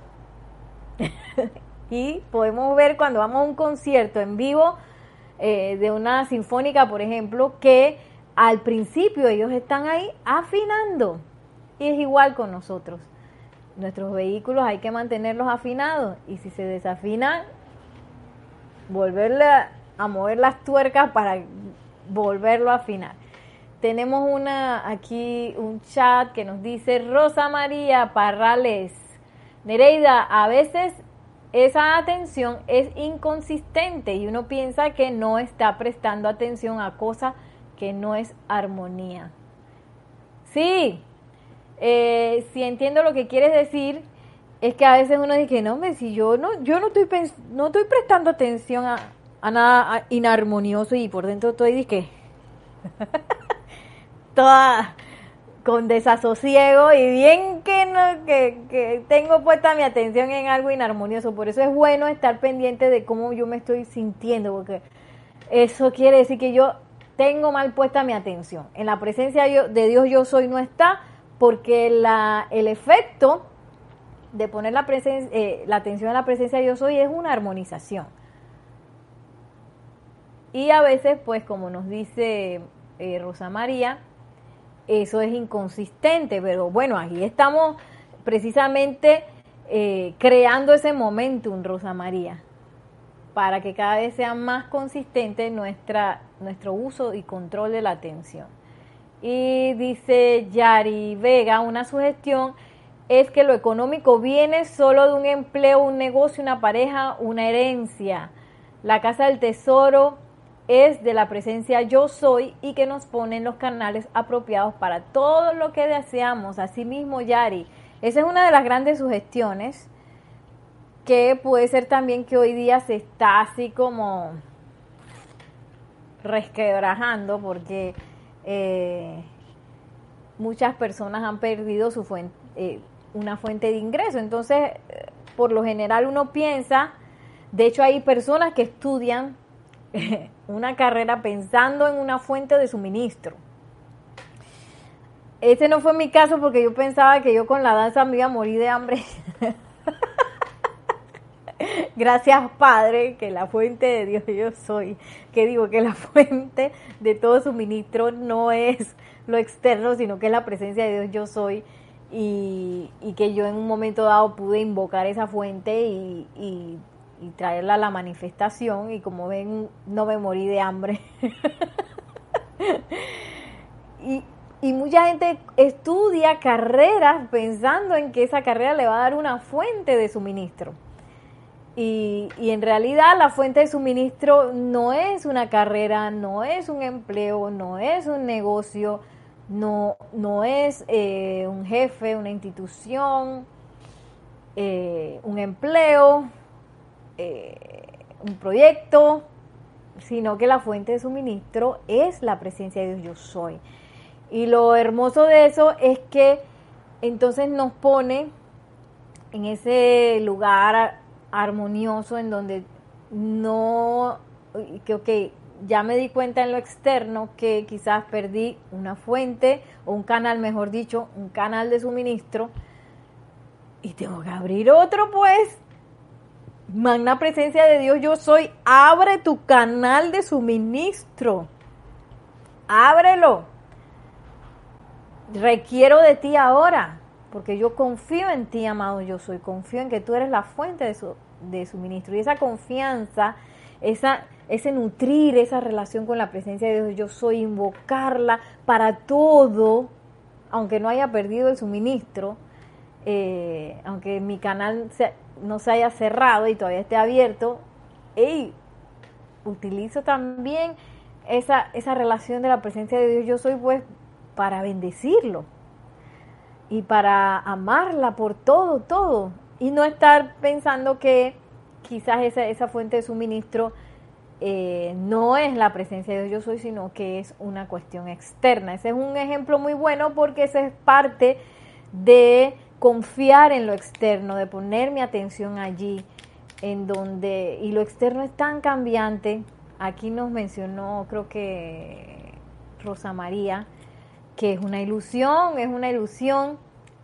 [SPEAKER 1] Y podemos ver cuando vamos a un concierto en vivo eh, de una sinfónica, por ejemplo, que al principio ellos están ahí afinando. Y es igual con nosotros. Nuestros vehículos hay que mantenerlos afinados. Y si se desafinan, volverle a, a mover las tuercas para volverlo a afinar. Tenemos una aquí un chat que nos dice Rosa María Parrales. Nereida, a veces esa atención es inconsistente y uno piensa que no está prestando atención a cosas que no es armonía. Sí, eh, si entiendo lo que quieres decir, es que a veces uno dice, no, hombre, si yo no, yo no estoy pens no estoy prestando atención a, a nada inarmonioso y por dentro estoy dizque toda con desasosiego y bien que no que, que tengo puesta mi atención en algo inarmonioso. Por eso es bueno estar pendiente de cómo yo me estoy sintiendo, porque eso quiere decir que yo tengo mal puesta mi atención. En la presencia de Dios yo soy no está, porque la, el efecto de poner la, presen, eh, la atención en la presencia de yo soy es una armonización. Y a veces, pues como nos dice eh, Rosa María, eso es inconsistente, pero bueno, aquí estamos precisamente eh, creando ese momentum, Rosa María, para que cada vez sea más consistente nuestra, nuestro uso y control de la atención. Y dice Yari Vega, una sugestión es que lo económico viene solo de un empleo, un negocio, una pareja, una herencia. La casa del tesoro es de la presencia yo soy y que nos pone en los canales apropiados para todo lo que deseamos. Asimismo, Yari, esa es una de las grandes sugestiones, que puede ser también que hoy día se está así como resquebrajando porque eh, muchas personas han perdido su fuente, eh, una fuente de ingreso. Entonces, eh, por lo general uno piensa, de hecho hay personas que estudian una carrera pensando en una fuente de suministro. Ese no fue mi caso porque yo pensaba que yo con la danza me iba a morir de hambre. Gracias, Padre, que la fuente de Dios yo soy. Que digo que la fuente de todo suministro no es lo externo, sino que es la presencia de Dios yo soy. Y, y que yo en un momento dado pude invocar esa fuente y, y y traerla a la manifestación, y como ven no me morí de hambre. y, y mucha gente estudia carreras pensando en que esa carrera le va a dar una fuente de suministro, y, y en realidad la fuente de suministro no es una carrera, no es un empleo, no es un negocio, no, no es eh, un jefe, una institución, eh, un empleo, Eh, un proyecto, sino que la fuente de suministro es la presencia de Dios yo soy. Y lo hermoso de eso es que entonces nos pone en ese lugar armonioso en donde no, que ok, ya me di cuenta en lo externo que quizás perdí una fuente o un canal, mejor dicho, un canal de suministro, y tengo que abrir otro, pues. Magna presencia de Dios yo soy, abre tu canal de suministro, ábrelo, requiero de ti ahora, porque yo confío en ti, amado yo soy, confío en que tú eres la fuente de, su, de suministro, y esa confianza, esa, ese nutrir esa relación con la presencia de Dios yo soy, invocarla para todo, aunque no haya perdido el suministro, eh, aunque mi canal se no se haya cerrado y todavía esté abierto, hey, utilizo también esa, esa relación de la presencia de Dios yo soy, pues, para bendecirlo y para amarla por todo, todo, y no estar pensando que quizás esa, esa fuente de suministro eh, no es la presencia de Dios yo soy, sino que es una cuestión externa. Ese es un ejemplo muy bueno porque ese es parte de confiar en lo externo, de poner mi atención allí, en donde, y lo externo es tan cambiante. Aquí nos mencionó, creo que Rosa María, que es una ilusión, es una ilusión.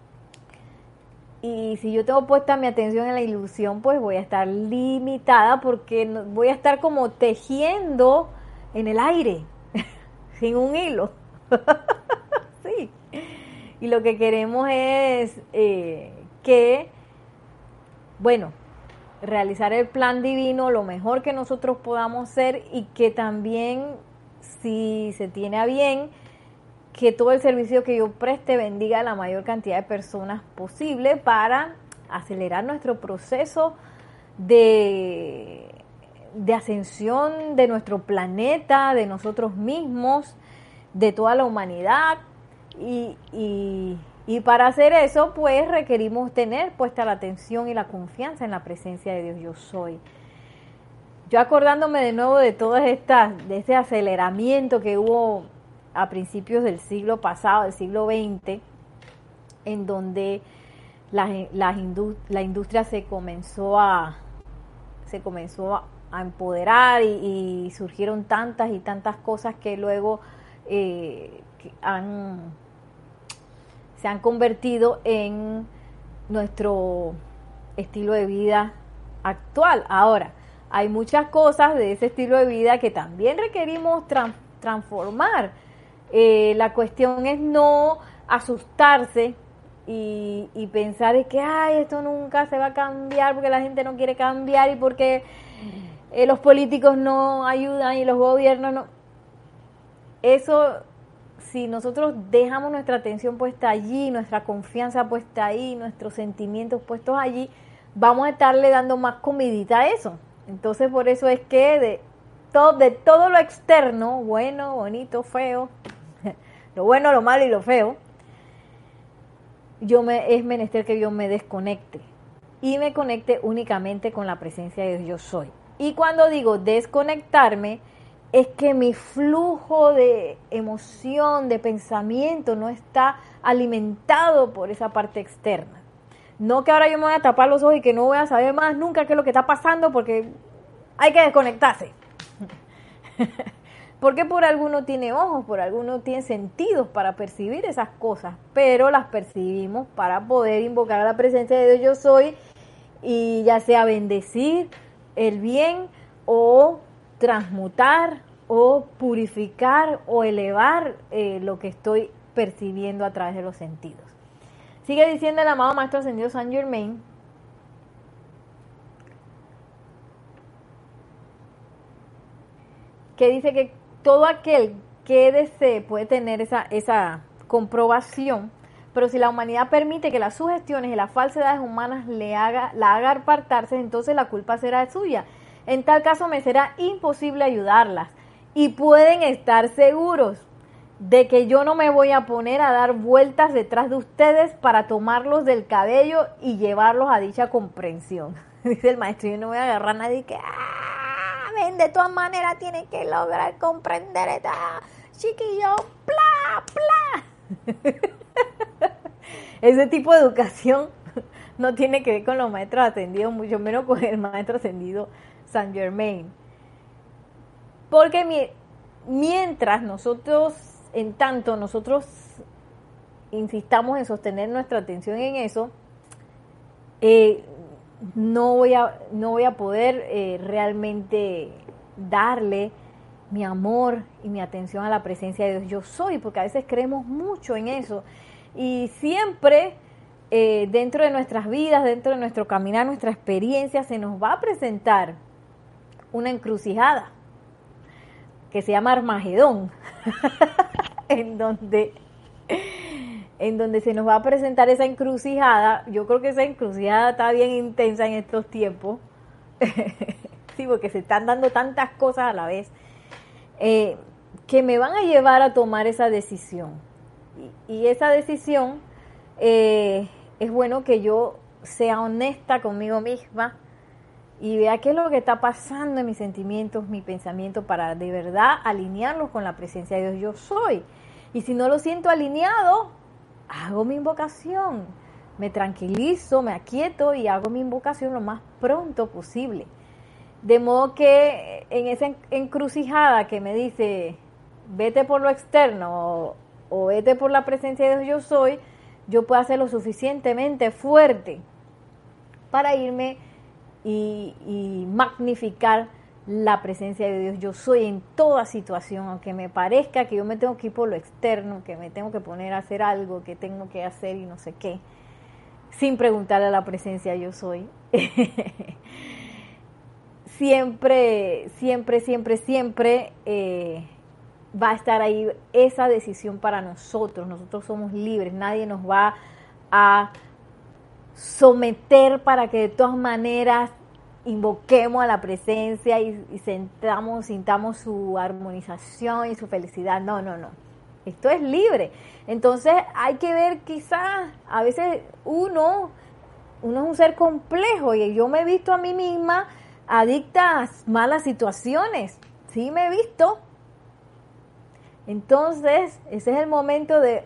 [SPEAKER 1] Y si yo tengo puesta mi atención en la ilusión, pues voy a estar limitada porque voy a estar como tejiendo en el aire, sin un hilo. Sí. Y lo que queremos es eh, que, bueno, realizar el plan divino lo mejor que nosotros podamos ser y que también, si se tiene a bien, que todo el servicio que yo preste bendiga a la mayor cantidad de personas posible para acelerar nuestro proceso de, de ascensión de nuestro planeta, de nosotros mismos, de toda la humanidad. Y, y, y para hacer eso, pues requerimos tener puesta la atención y la confianza en la presencia de Dios yo soy. Yo acordándome de nuevo de todas estas, de ese aceleramiento que hubo a principios del siglo pasado, del siglo veinte, en donde la, la, la industria se comenzó a se comenzó a, a empoderar y, y surgieron tantas y tantas cosas que luego eh, que han, se han convertido en nuestro estilo de vida actual. Ahora, hay muchas cosas de ese estilo de vida que también requerimos tra- transformar. Eh, la cuestión es no asustarse y, y pensar es que ay, esto nunca se va a cambiar porque la gente no quiere cambiar y porque eh, los políticos no ayudan y los gobiernos no. Eso, si nosotros dejamos nuestra atención puesta allí, nuestra confianza puesta ahí, nuestros sentimientos puestos allí, vamos a estarle dando más comidita a eso. Entonces, por eso es que de todo, de todo lo externo, bueno, bonito, feo, lo bueno, lo malo y lo feo, yo me, es menester que yo me desconecte y me conecte únicamente con la presencia de Dios yo soy. Y cuando digo desconectarme, es que mi flujo de emoción, de pensamiento no está alimentado por esa parte externa. No que ahora yo me voy a tapar los ojos y que no voy a saber más nunca qué es lo que está pasando porque hay que desconectarse. Porque por alguno tiene ojos, por alguno tiene sentidos para percibir esas cosas, pero las percibimos para poder invocar a la presencia de Dios yo soy y ya sea bendecir el bien o transmutar o purificar o elevar eh, lo que estoy percibiendo a través de los sentidos. Sigue diciendo el amado Maestro Ascendido Saint Germain, que dice que todo aquel que desee puede tener esa, esa comprobación, pero si la humanidad permite que las sugestiones y las falsedades humanas le haga, la haga apartarse, entonces la culpa será suya. En tal caso me será imposible ayudarlas y pueden estar seguros de que yo no me voy a poner a dar vueltas detrás de ustedes para tomarlos del cabello y llevarlos a dicha comprensión. Dice el maestro, yo no voy a agarrar a nadie que... ven, de todas maneras tienen que lograr comprender esta chiquillo, bla, bla. Ese tipo de educación no tiene que ver con los maestros ascendidos, mucho menos con el maestro ascendido Saint Germain. Porque mi, mientras nosotros, en tanto nosotros insistamos en sostener nuestra atención en eso, eh, no voy a no voy a poder eh, realmente darle mi amor y mi atención a la presencia de Dios yo soy, porque a veces creemos mucho en eso y siempre eh, dentro de nuestras vidas, dentro de nuestro caminar, nuestra experiencia, se nos va a presentar una encrucijada que se llama Armagedón en donde en donde se nos va a presentar esa encrucijada. Yo creo que esa encrucijada está bien intensa en estos tiempos. Sí, porque se están dando tantas cosas a la vez eh, que me van a llevar a tomar esa decisión. Y, y esa decisión eh, es bueno que yo sea honesta conmigo misma y vea qué es lo que está pasando en mis sentimientos, mis pensamientos, para de verdad alinearlos con la presencia de Dios yo soy. Y si no lo siento alineado, hago mi invocación, me tranquilizo, me aquieto y hago mi invocación lo más pronto posible. De modo que en esa encrucijada que me dice, vete por lo externo o, o vete por la presencia de Dios yo soy, yo puedo hacer lo suficientemente fuerte para irme y, y magnificar la presencia de Dios yo soy en toda situación, aunque me parezca que yo me tengo que ir por lo externo, que me tengo que poner a hacer algo, que tengo que hacer y no sé qué, sin preguntarle a la presencia yo soy. siempre, siempre, siempre, siempre eh, va a estar ahí esa decisión para nosotros. Nosotros somos libres, nadie nos va a someter para que de todas maneras invoquemos a la presencia y, y sentamos, sintamos su armonización y su felicidad. No, no, no. Esto es libre. Entonces hay que ver, quizás a veces uno, uno es un ser complejo y yo me he visto a mí misma adicta a malas situaciones. Sí, me he visto. Entonces, ese es el momento de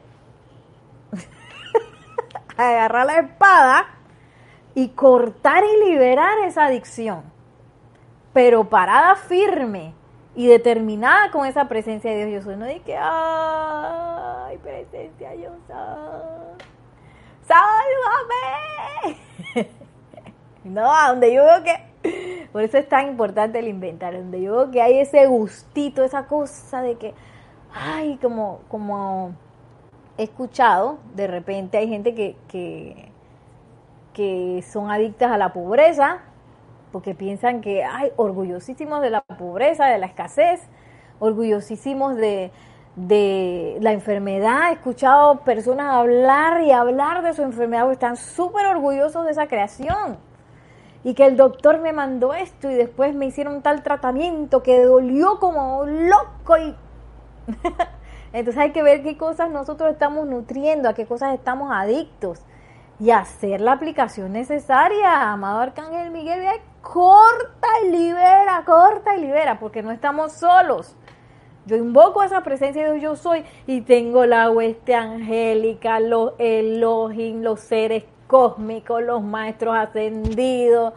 [SPEAKER 1] agarrar la espada y cortar y liberar esa adicción, pero parada firme y determinada con esa presencia de Dios yo soy. No de que, ay, presencia yo soy, sálvame. No, a donde yo veo que, por eso es tan importante el inventario, donde yo veo que hay ese gustito, esa cosa de que, ay, como, como he escuchado, de repente hay gente que, que que son adictas a la pobreza, porque piensan que, ay, orgullosísimos de la pobreza, de la escasez, orgullosísimos de, de la enfermedad. He escuchado personas hablar y hablar de su enfermedad, porque están súper orgullosos de esa creación. Y que el doctor me mandó esto y después me hicieron tal tratamiento que dolió como loco. Y entonces hay que ver qué cosas nosotros estamos nutriendo, a qué cosas estamos adictos. Y hacer la aplicación necesaria, amado Arcángel Miguel, corta y libera, corta y libera, porque no estamos solos. Yo invoco esa presencia de Dios yo soy y tengo la hueste angélica, los Elohim, los seres cósmicos, los maestros ascendidos.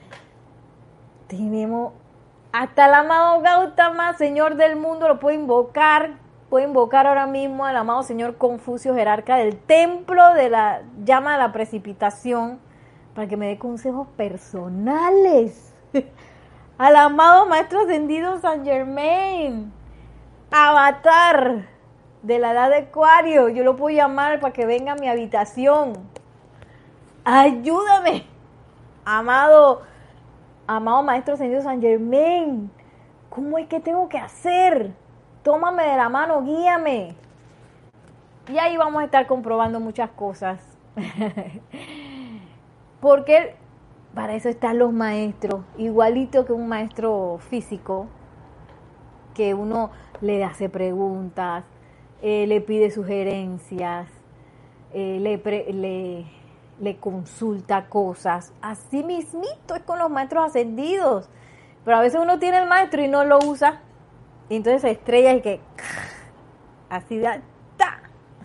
[SPEAKER 1] Tenemos hasta el amado Gautama, Señor del mundo, lo puedo invocar. Puedo invocar ahora mismo al amado Señor Confucio, jerarca del templo de la llama de la precipitación, para que me dé consejos personales. Al amado Maestro Ascendido San Germain, avatar de la edad de Acuario, yo lo puedo llamar para que venga a mi habitación. Ayúdame, amado, amado Maestro Ascendido San Germain, ¿cómo es que tengo que hacer? Tómame de la mano, guíame. Y ahí vamos a estar comprobando muchas cosas. Porque para eso están los maestros, igualito que un maestro físico, que uno le hace preguntas, eh, le pide sugerencias, eh, le, pre, le, le consulta cosas. Así mismito es con los maestros ascendidos. Pero a veces uno tiene el maestro y no lo usa. Y entonces se estrella y que así da ¡ta!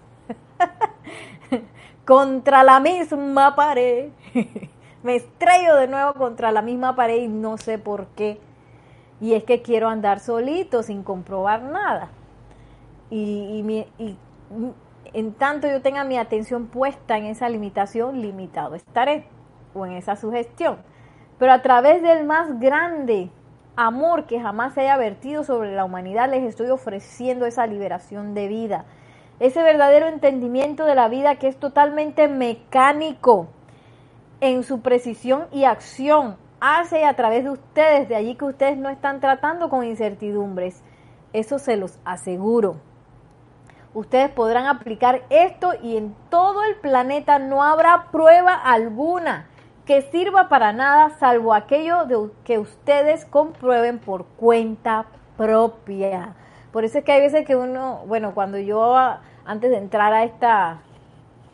[SPEAKER 1] Contra la misma pared. Me estrello de nuevo contra la misma pared y no sé por qué. Y es que quiero andar solito sin comprobar nada. Y, y, mi, y en tanto yo tenga mi atención puesta en esa limitación, limitado estaré, o en esa sugestión. Pero a través del más grande amor que jamás se haya vertido sobre la humanidad, les estoy ofreciendo esa liberación de vida, ese verdadero entendimiento de la vida que es totalmente mecánico en su precisión y acción, hace a través de ustedes, de allí que ustedes no están tratando con incertidumbres, eso se los aseguro. Ustedes podrán aplicar esto y en todo el planeta no habrá prueba alguna que sirva para nada, salvo aquello de que ustedes comprueben por cuenta propia. Por eso es que hay veces que uno, bueno, cuando yo, antes de entrar a esta,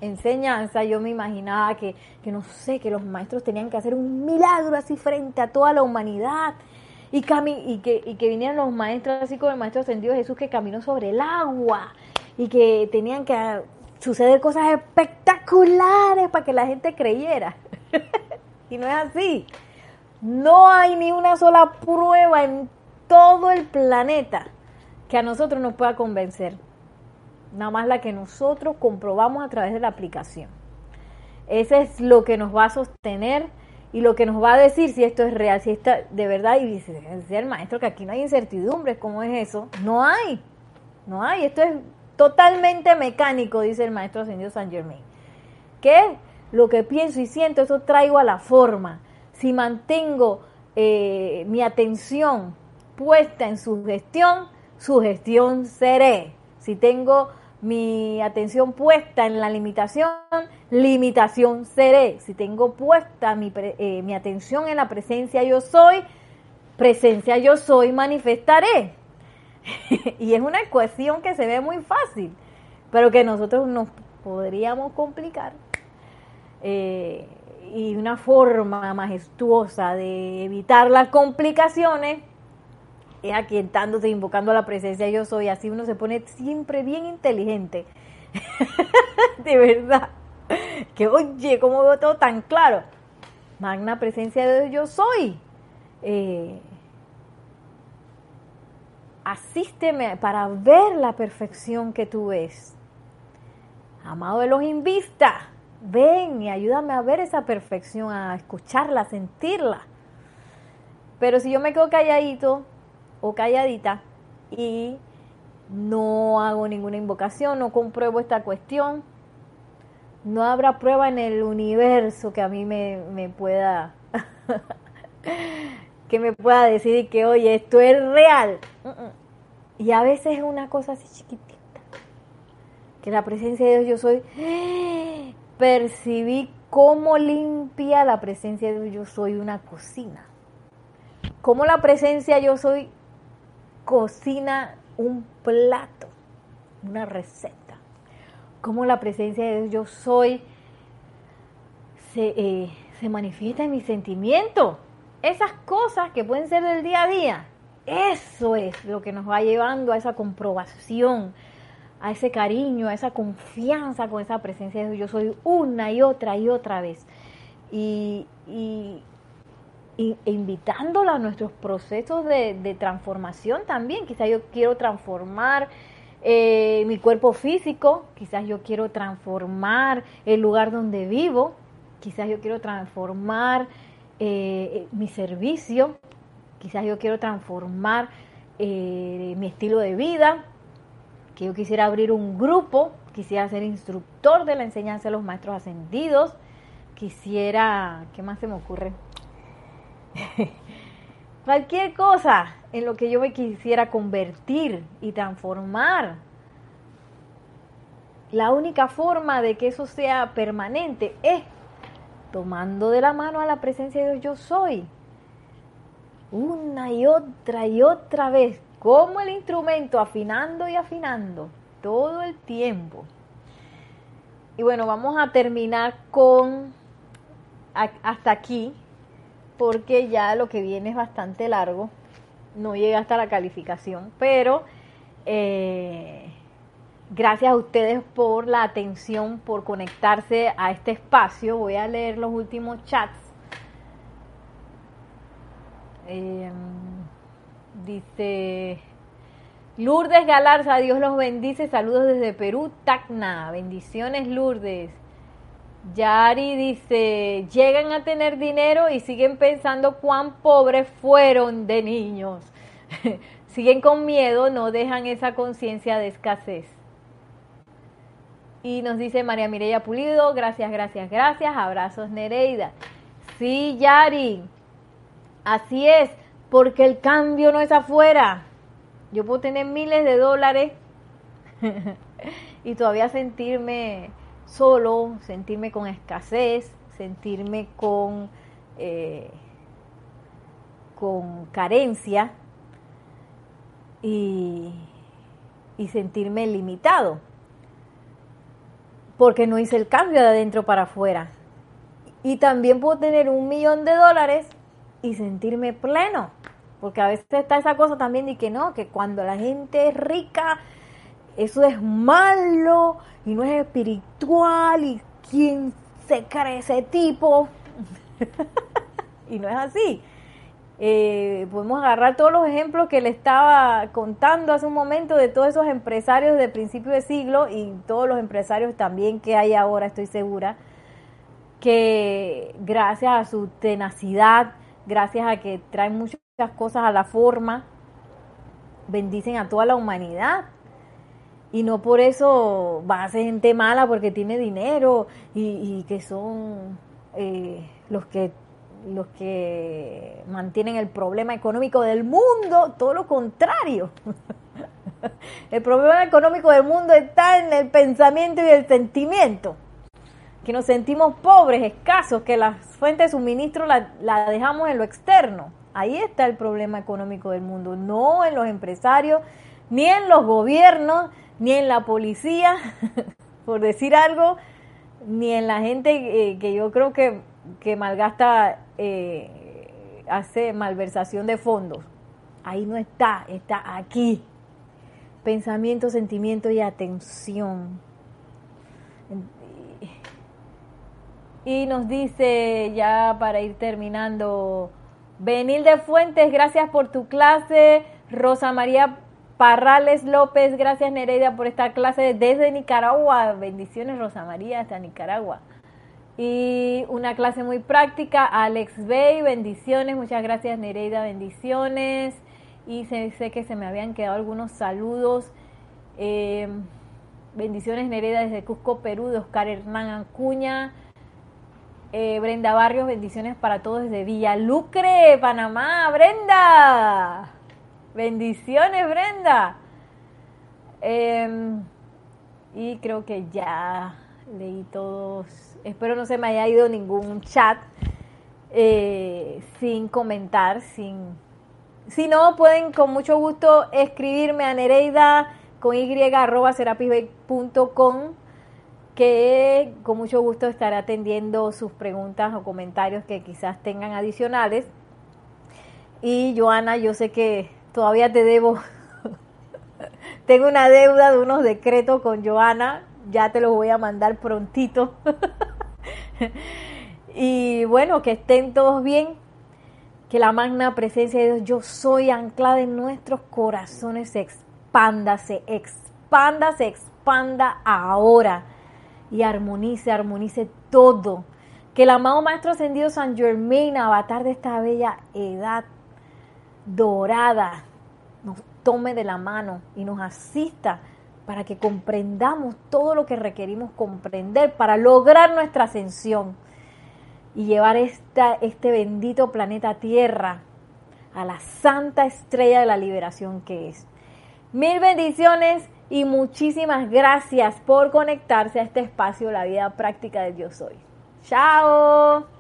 [SPEAKER 1] enseñanza, yo me imaginaba que, que no sé, que los maestros tenían que hacer un milagro así frente a toda la humanidad y, cami y, que, y que vinieran los maestros así como el maestro ascendido Jesús que caminó sobre el agua y que tenían que suceder cosas espectaculares para que la gente creyera. Y no es así. No hay ni una sola prueba en todo el planeta que a nosotros nos pueda convencer. Nada más la que nosotros comprobamos a través de la aplicación. Ese es lo que nos va a sostener y lo que nos va a decir si esto es real, si está de verdad. Y dice, decía el maestro que aquí no hay incertidumbres. ¿Cómo es eso? No hay. No hay. Esto es totalmente mecánico, dice el maestro ascendido Saint Germain. ¿Qué? Lo que pienso y siento, eso traigo a la forma. Si mantengo eh, mi atención puesta en sugestión, sugestión seré. Si tengo mi atención puesta en la limitación, limitación seré. Si tengo puesta mi, eh, mi atención en la presencia yo soy, presencia yo soy, manifestaré. Y es una ecuación que se ve muy fácil, pero que nosotros nos podríamos complicar. Eh, y una forma majestuosa de evitar las complicaciones es aquietándose, invocando a la presencia yo soy. Así uno se pone siempre bien inteligente. De verdad. Que oye, cómo veo todo tan claro. Magna presencia de Dios yo soy. Eh, asísteme para ver la perfección que tú ves. Amado Elohim Vista, ven y ayúdame a ver esa perfección, a escucharla, a sentirla. Pero si yo me quedo calladito o calladita y no hago ninguna invocación, no compruebo esta cuestión, no habrá prueba en el universo que a mí me, me pueda que me pueda decir que oye, esto es real. Y a veces es una cosa así chiquitita, que la presencia de Dios yo soy, percibí cómo limpia la presencia de Dios yo soy una cocina, cómo la presencia yo soy cocina un plato, una receta, cómo la presencia de Dios yo soy se, eh, se manifiesta en mis sentimientos, esas cosas que pueden ser del día a día. Eso es lo que nos va llevando a esa comprobación, a ese cariño, a esa confianza con esa presencia de Dios yo soy una y otra y otra vez. Y, y e invitándola a nuestros procesos de, de transformación también. Quizás yo quiero transformar eh, mi cuerpo físico, quizás yo quiero transformar el lugar donde vivo, quizás yo quiero transformar eh, mi servicio, quizás yo quiero transformar eh, mi estilo de vida, que yo quisiera abrir un grupo, quisiera ser instructor de la enseñanza de los maestros ascendidos, quisiera, ¿qué más se me ocurre? Cualquier cosa en lo que yo me quisiera convertir y transformar. La única forma de que eso sea permanente es tomando de la mano a la presencia de Dios yo soy, una y otra y otra vez, como el instrumento, afinando y afinando todo el tiempo. Y bueno, vamos a terminar con a, hasta aquí, porque ya lo que viene es bastante largo, no llega hasta la calificación, pero eh, gracias a ustedes por la atención, por conectarse a este espacio. Voy a leer los últimos chats. Eh, dice Lourdes Galarza, Dios los bendice, saludos desde Perú, Tacna, bendiciones Lourdes. Yari dice, llegan a tener dinero y siguen pensando cuán pobres fueron de niños. Siguen con miedo, no dejan esa conciencia de escasez. Y nos dice María Mireya Pulido, gracias, gracias, gracias, abrazos Nereida. Sí, Yari, así es, porque el cambio no es afuera. Yo puedo tener miles de dólares y todavía sentirme solo, sentirme con escasez, sentirme con, eh, con carencia y, y sentirme limitado. porque no hice el cambio de adentro para afuera. Y también puedo tener un millón de dólares y sentirme pleno, porque a veces está esa cosa también de que no, que cuando la gente es rica, eso es malo y no es espiritual y quién se cree ese tipo. Y no es así. Eh, podemos agarrar todos los ejemplos que le estaba contando hace un momento de todos esos empresarios de principio de siglo y todos los empresarios también que hay ahora, estoy segura, que gracias a su tenacidad, gracias a que traen muchas cosas a la forma, bendicen a toda la humanidad. Y no por eso va a ser gente mala porque tiene dinero y, y que son eh, los que los que mantienen el problema económico del mundo, todo lo contrario. El problema económico del mundo está en el pensamiento y el sentimiento, que nos sentimos pobres, escasos, que las fuentes de suministro la, la dejamos en lo externo. Ahí está el problema económico del mundo, no en los empresarios, ni en los gobiernos, ni en la policía, por decir algo, ni en la gente eh, que yo creo que, que malgasta, eh, hace malversación de fondos. Ahí no está, está aquí. Pensamiento, sentimiento y atención. Y nos dice, ya para ir terminando, Benilde Fuentes, gracias por tu clase. Rosa María Parrales López, gracias Nereida por esta clase desde Nicaragua. Bendiciones Rosa María hasta Nicaragua. Y una clase muy práctica, Alex Bay, bendiciones, muchas gracias Nereida, bendiciones. Y sé, sé que se me habían quedado algunos saludos. Eh, bendiciones Nereida desde Cusco, Perú, de Oscar Hernán Acuña. Eh, Brenda Barrios, bendiciones para todos desde Villalucre, Panamá. Brenda, bendiciones Brenda. Eh, y creo que ya leí todos. Espero no se me haya ido ningún chat eh, sin comentar, sin... Si no, pueden con mucho gusto escribirme a Nereida con y arroba serapisbay punto com, que con mucho gusto estaré atendiendo sus preguntas o comentarios que quizás tengan adicionales. Y Joana, yo sé que todavía te debo, tengo una deuda de unos decretos con Joana, ya te los voy a mandar prontito. Y bueno, que estén todos bien, que la magna presencia de Dios, yo soy, anclada en nuestros corazones, se expanda, se expanda, se expanda ahora y armonice, armonice todo. Que el amado Maestro Ascendido San Germain, avatar de esta bella edad dorada, nos tome de la mano y nos asista para que comprendamos todo lo que requerimos comprender para lograr nuestra ascensión y llevar esta, este bendito planeta Tierra a la santa estrella de la liberación que es. Mil bendiciones y muchísimas gracias por conectarse a este espacio, la vida práctica del Yo Soy. ¡Chao!